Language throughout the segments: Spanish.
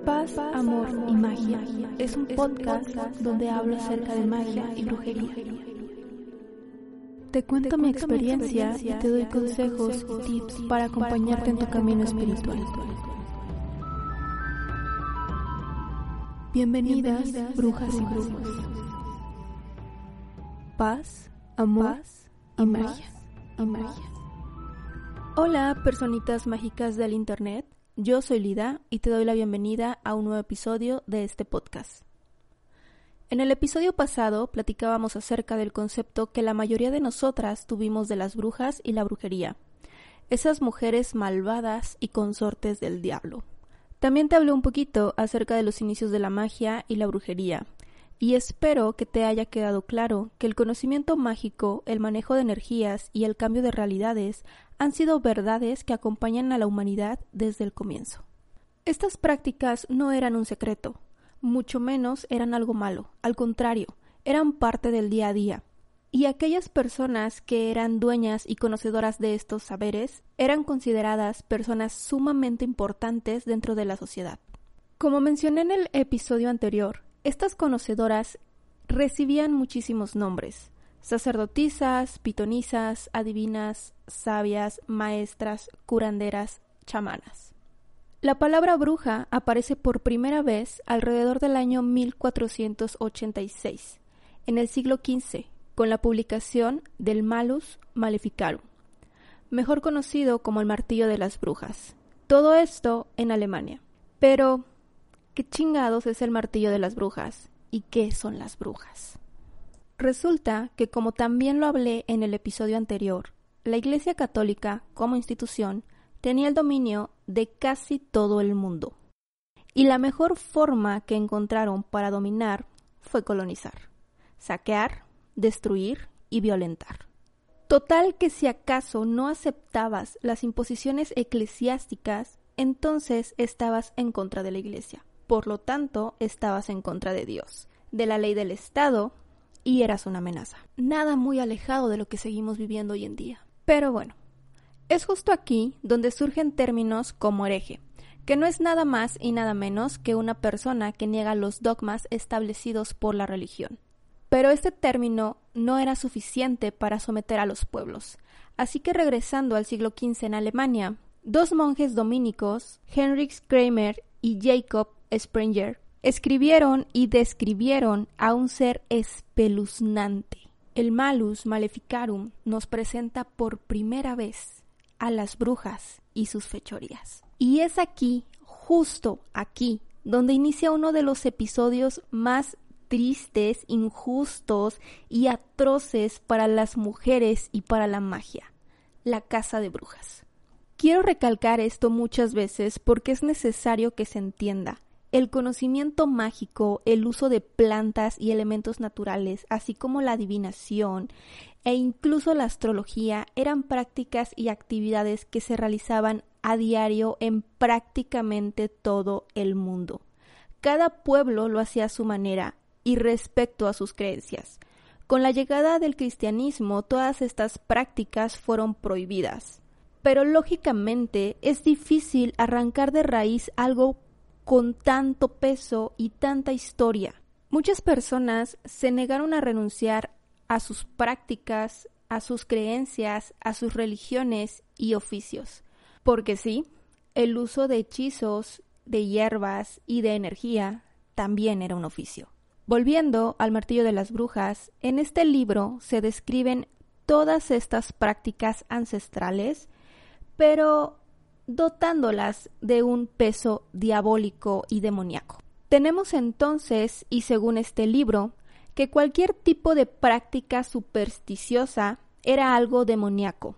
Paz, Amor y Magia es un podcast donde hablo acerca de magia y brujería. Te cuento mi experiencia y te doy consejos y tips para acompañarte en tu camino espiritual. Bienvenidas, brujas y brujos. Paz, amor y magia. Hola, personitas mágicas del internet. Yo soy Lida y te doy la bienvenida a un nuevo episodio de este podcast. En el episodio pasado platicábamos acerca del concepto que la mayoría de nosotras tuvimos de las brujas y la brujería, esas mujeres malvadas y consortes del diablo. También te hablé un poquito acerca de los inicios de la magia y la brujería, y espero que te haya quedado claro que el conocimiento mágico, el manejo de energías y el cambio de realidades han sido verdades que acompañan a la humanidad desde el comienzo. Estas prácticas no eran un secreto, mucho menos eran algo malo, al contrario, eran parte del día a día. Y aquellas personas que eran dueñas y conocedoras de estos saberes eran consideradas personas sumamente importantes dentro de la sociedad. Como mencioné en el episodio anterior, estas conocedoras recibían muchísimos nombres: sacerdotisas, pitonisas, adivinas, sabias, maestras, curanderas, chamanas. La palabra bruja aparece por primera vez alrededor del año 1486, en el siglo XV, con la publicación del Malus Maleficarum, mejor conocido como el martillo de las brujas. Todo esto en Alemania. Pero, ¿qué chingados es el martillo de las brujas? ¿Y qué son las brujas? Resulta que, como también lo hablé en el episodio anterior, la Iglesia Católica, como institución, tenía el dominio de casi todo el mundo. Y la mejor forma que encontraron para dominar fue colonizar, saquear, destruir y violentar. Total que si acaso no aceptabas las imposiciones eclesiásticas, entonces estabas en contra de la Iglesia. Por lo tanto, estabas en contra de Dios, de la ley del Estado, y eras una amenaza. Nada muy alejado de lo que seguimos viviendo hoy en día. Pero bueno, es justo aquí donde surgen términos como hereje, que no es nada más y nada menos que una persona que niega los dogmas establecidos por la religión. Pero este término no era suficiente para someter a los pueblos. Así que regresando al siglo XV en Alemania, dos monjes dominicos, Heinrich Kramer y Jacob Sprenger, escribieron y describieron a un ser espeluznante. El Malus Maleficarum nos presenta por primera vez a las brujas y sus fechorías. Y es aquí, justo aquí, donde inicia uno de los episodios más tristes, injustos y atroces para las mujeres y para la magia: la caza de brujas. Quiero recalcar esto muchas veces porque es necesario que se entienda. El conocimiento mágico, el uso de plantas y elementos naturales, así como la adivinación e incluso la astrología, eran prácticas y actividades que se realizaban a diario en prácticamente todo el mundo. Cada pueblo lo hacía a su manera y respecto a sus creencias. Con la llegada del cristianismo, todas estas prácticas fueron prohibidas. Pero lógicamente es difícil arrancar de raíz algo con tanto peso y tanta historia. Muchas personas se negaron a renunciar a sus prácticas, a sus creencias, a sus religiones y oficios. Porque sí, el uso de hechizos, de hierbas y de energía también era un oficio. Volviendo al martillo de las brujas, en este libro se describen todas estas prácticas ancestrales, pero dotándolas de un peso diabólico y demoníaco. Tenemos entonces, y según este libro, que cualquier tipo de práctica supersticiosa era algo demoníaco.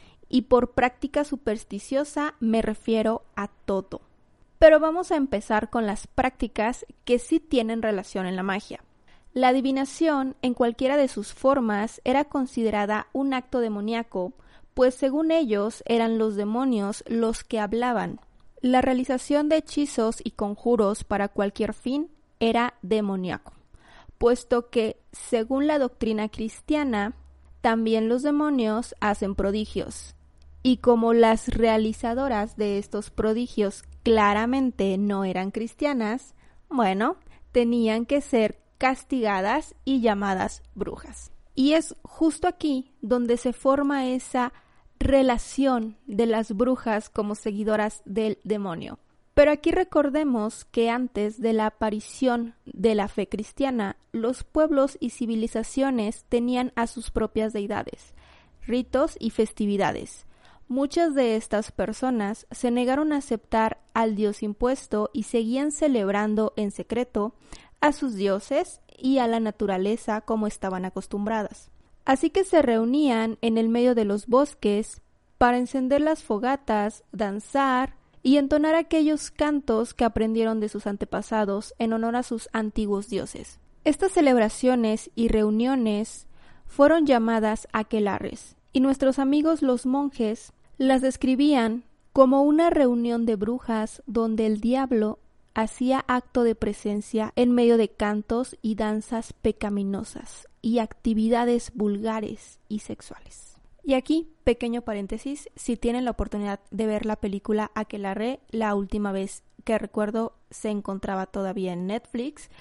Y por práctica supersticiosa me refiero a todo. Pero vamos a empezar con las prácticas que sí tienen relación en la magia. La adivinación, en cualquiera de sus formas, era considerada un acto demoníaco, pues según ellos eran los demonios los que hablaban. La realización de hechizos y conjuros para cualquier fin era demoníaco, puesto que, según la doctrina cristiana, también los demonios hacen prodigios. Y como las realizadoras de estos prodigios claramente no eran cristianas, bueno, tenían que ser castigadas y llamadas brujas. Y es justo aquí donde se forma esa relación de las brujas como seguidoras del demonio. Pero aquí recordemos que antes de la aparición de la fe cristiana, los pueblos y civilizaciones tenían a sus propias deidades, ritos y festividades. Muchas de estas personas se negaron a aceptar al dios impuesto y seguían celebrando en secreto a sus dioses y a la naturaleza como estaban acostumbradas. Así que se reunían en el medio de los bosques para encender las fogatas, danzar y entonar aquellos cantos que aprendieron de sus antepasados en honor a sus antiguos dioses. Estas celebraciones y reuniones fueron llamadas aquelarres, y nuestros amigos los monjes las describían como una reunión de brujas donde el diablo hacía acto de presencia en medio de cantos y danzas pecaminosas y actividades vulgares y sexuales. Y aquí, pequeño paréntesis, si tienen la oportunidad de ver la película Aquelarre, la última vez que recuerdo se encontraba todavía en Netflix,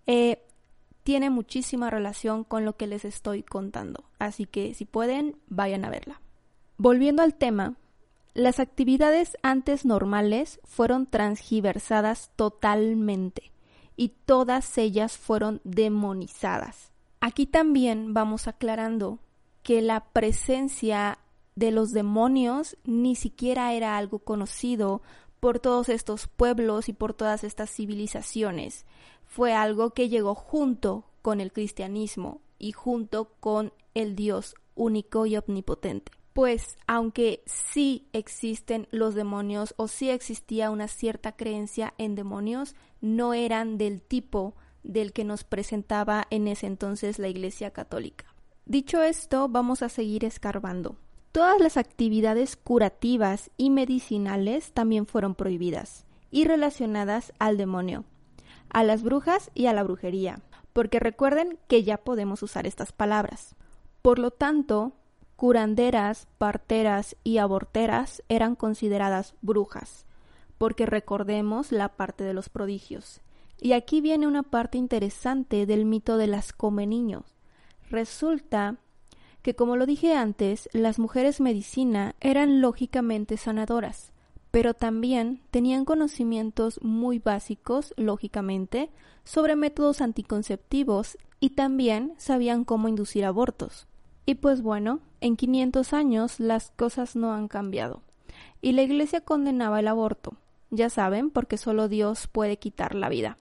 tiene muchísima relación con lo que les estoy contando, así que si pueden, vayan a verla. Volviendo al tema, las actividades antes normales fueron transgiversadas totalmente y todas ellas fueron demonizadas. Aquí también vamos aclarando que la presencia de los demonios ni siquiera era algo conocido por todos estos pueblos y por todas estas civilizaciones. Fue algo que llegó junto con el cristianismo y junto con el Dios único y omnipotente. Pues aunque sí existen los demonios o sí existía una cierta creencia en demonios, no eran del tipo del que nos presentaba en ese entonces la Iglesia Católica. Dicho esto, vamos a seguir escarbando. Todas las actividades curativas y medicinales también fueron prohibidas y relacionadas al demonio, a las brujas y a la brujería, porque recuerden que ya podemos usar estas palabras. Por lo tanto, curanderas, parteras y aborteras eran consideradas brujas, porque recordemos la parte de los prodigios. Y aquí viene una parte interesante del mito de las come-niños. Resulta que, como lo dije antes, las mujeres medicina eran lógicamente sanadoras, pero también tenían conocimientos muy básicos, lógicamente, sobre métodos anticonceptivos y también sabían cómo inducir abortos. Y pues bueno, en 500 años las cosas no han cambiado. Y la Iglesia condenaba el aborto. Ya saben, porque solo Dios puede quitar la vida.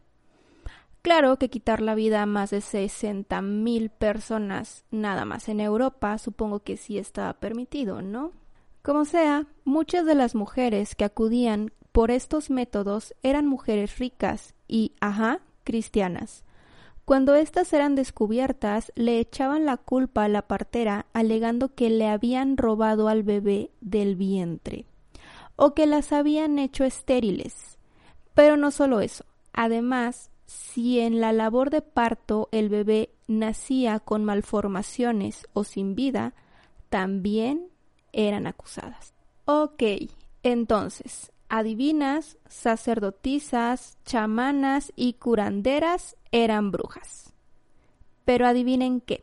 Claro que quitar la vida a más de 60,000 personas nada más en Europa, supongo que sí estaba permitido, ¿no? Como sea, muchas de las mujeres que acudían por estos métodos eran mujeres ricas y, cristianas. Cuando éstas eran descubiertas, le echaban la culpa a la partera alegando que le habían robado al bebé del vientre o que las habían hecho estériles. Pero no solo eso, además, si en la labor de parto el bebé nacía con malformaciones o sin vida, también eran acusadas. Ok, entonces, adivinas, sacerdotisas, chamanas y curanderas eran brujas. Pero adivinen qué.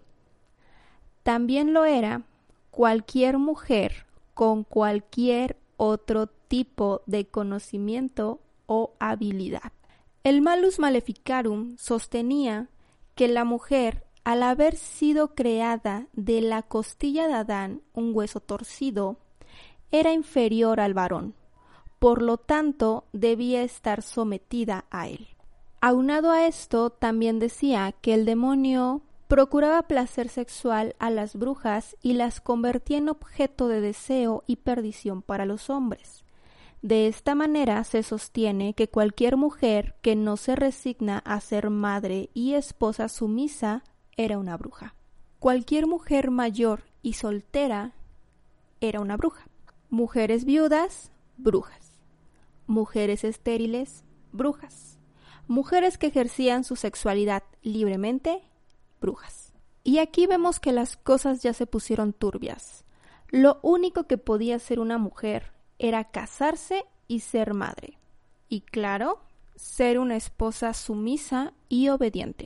También lo era cualquier mujer con cualquier otro tipo de conocimiento o habilidad. El Malus Maleficarum sostenía que la mujer, al haber sido creada de la costilla de Adán, un hueso torcido, era inferior al varón. Por lo tanto, debía estar sometida a él. Aunado a esto, también decía que el demonio procuraba placer sexual a las brujas y las convertía en objeto de deseo y perdición para los hombres. De esta manera se sostiene que cualquier mujer que no se resigna a ser madre y esposa sumisa era una bruja. Cualquier mujer mayor y soltera era una bruja. Mujeres viudas, brujas. Mujeres estériles, brujas. Mujeres que ejercían su sexualidad libremente, brujas. Y aquí vemos que las cosas ya se pusieron turbias. Lo único que podía hacer una mujer era casarse y ser madre. y claro, ser una esposa sumisa y obediente.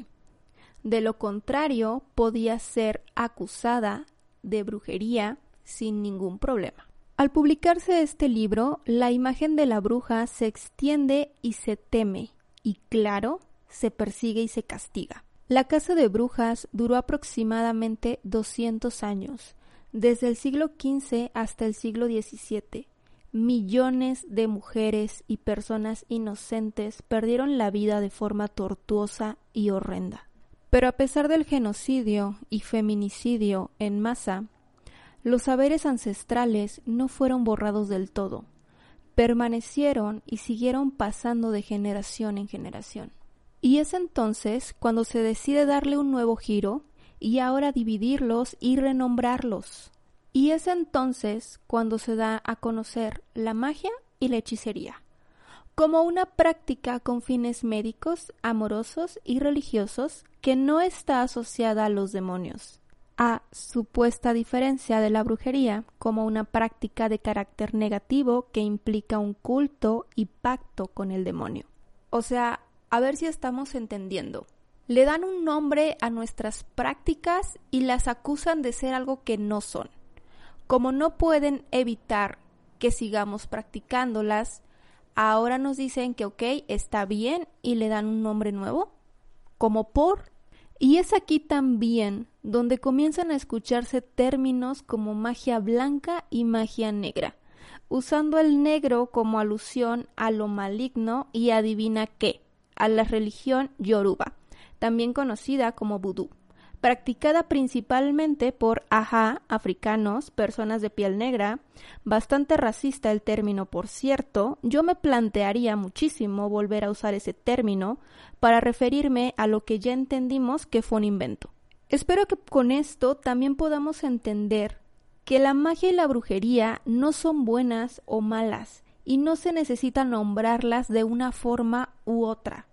De lo contrario, podía ser acusada de brujería sin ningún problema. Al publicarse este libro, la imagen de la bruja se extiende y se teme, y claro, se persigue y se castiga. La caza de brujas duró aproximadamente 200 años, desde el siglo XV hasta el siglo XVII. Millones de mujeres y personas inocentes perdieron la vida de forma tortuosa y horrenda. Pero a pesar del genocidio y feminicidio en masa, los saberes ancestrales no fueron borrados del todo, permanecieron y siguieron pasando de generación en generación. Y es entonces cuando se decide darle un nuevo giro y ahora dividirlos y renombrarlos. Y es entonces cuando se da a conocer la magia y la hechicería, como una práctica con fines médicos, amorosos y religiosos que no está asociada a los demonios, a supuesta diferencia de la brujería como una práctica de carácter negativo que implica un culto y pacto con el demonio. O sea, a ver si estamos entendiendo. Le dan un nombre a nuestras prácticas y las acusan de ser algo que no son. Como no pueden evitar que sigamos practicándolas, ahora nos dicen que ok, está bien y le dan un nombre nuevo, como por. Y es aquí también donde comienzan a escucharse términos como magia blanca y magia negra, usando el negro como alusión a lo maligno y adivina qué, a la religión yoruba, también conocida como vudú, practicada principalmente por africanos, personas de piel negra, bastante racista el término por cierto. Yo me plantearía muchísimo volver a usar ese término para referirme a lo que ya entendimos que fue un invento. Espero que con esto también podamos entender que la magia y la brujería no son buenas o malas y no se necesita nombrarlas de una forma u otra.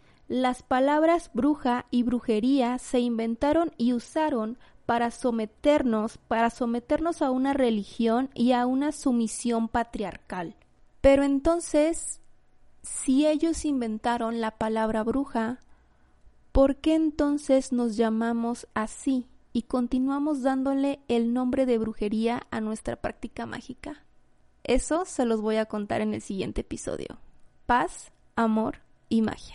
Las palabras bruja y brujería se inventaron y usaron para someternos a una religión y a una sumisión patriarcal. Pero entonces, si ellos inventaron la palabra bruja, ¿por qué entonces nos llamamos así y continuamos dándole el nombre de brujería a nuestra práctica mágica? Eso se los voy a contar en el siguiente episodio. Paz, amor y magia.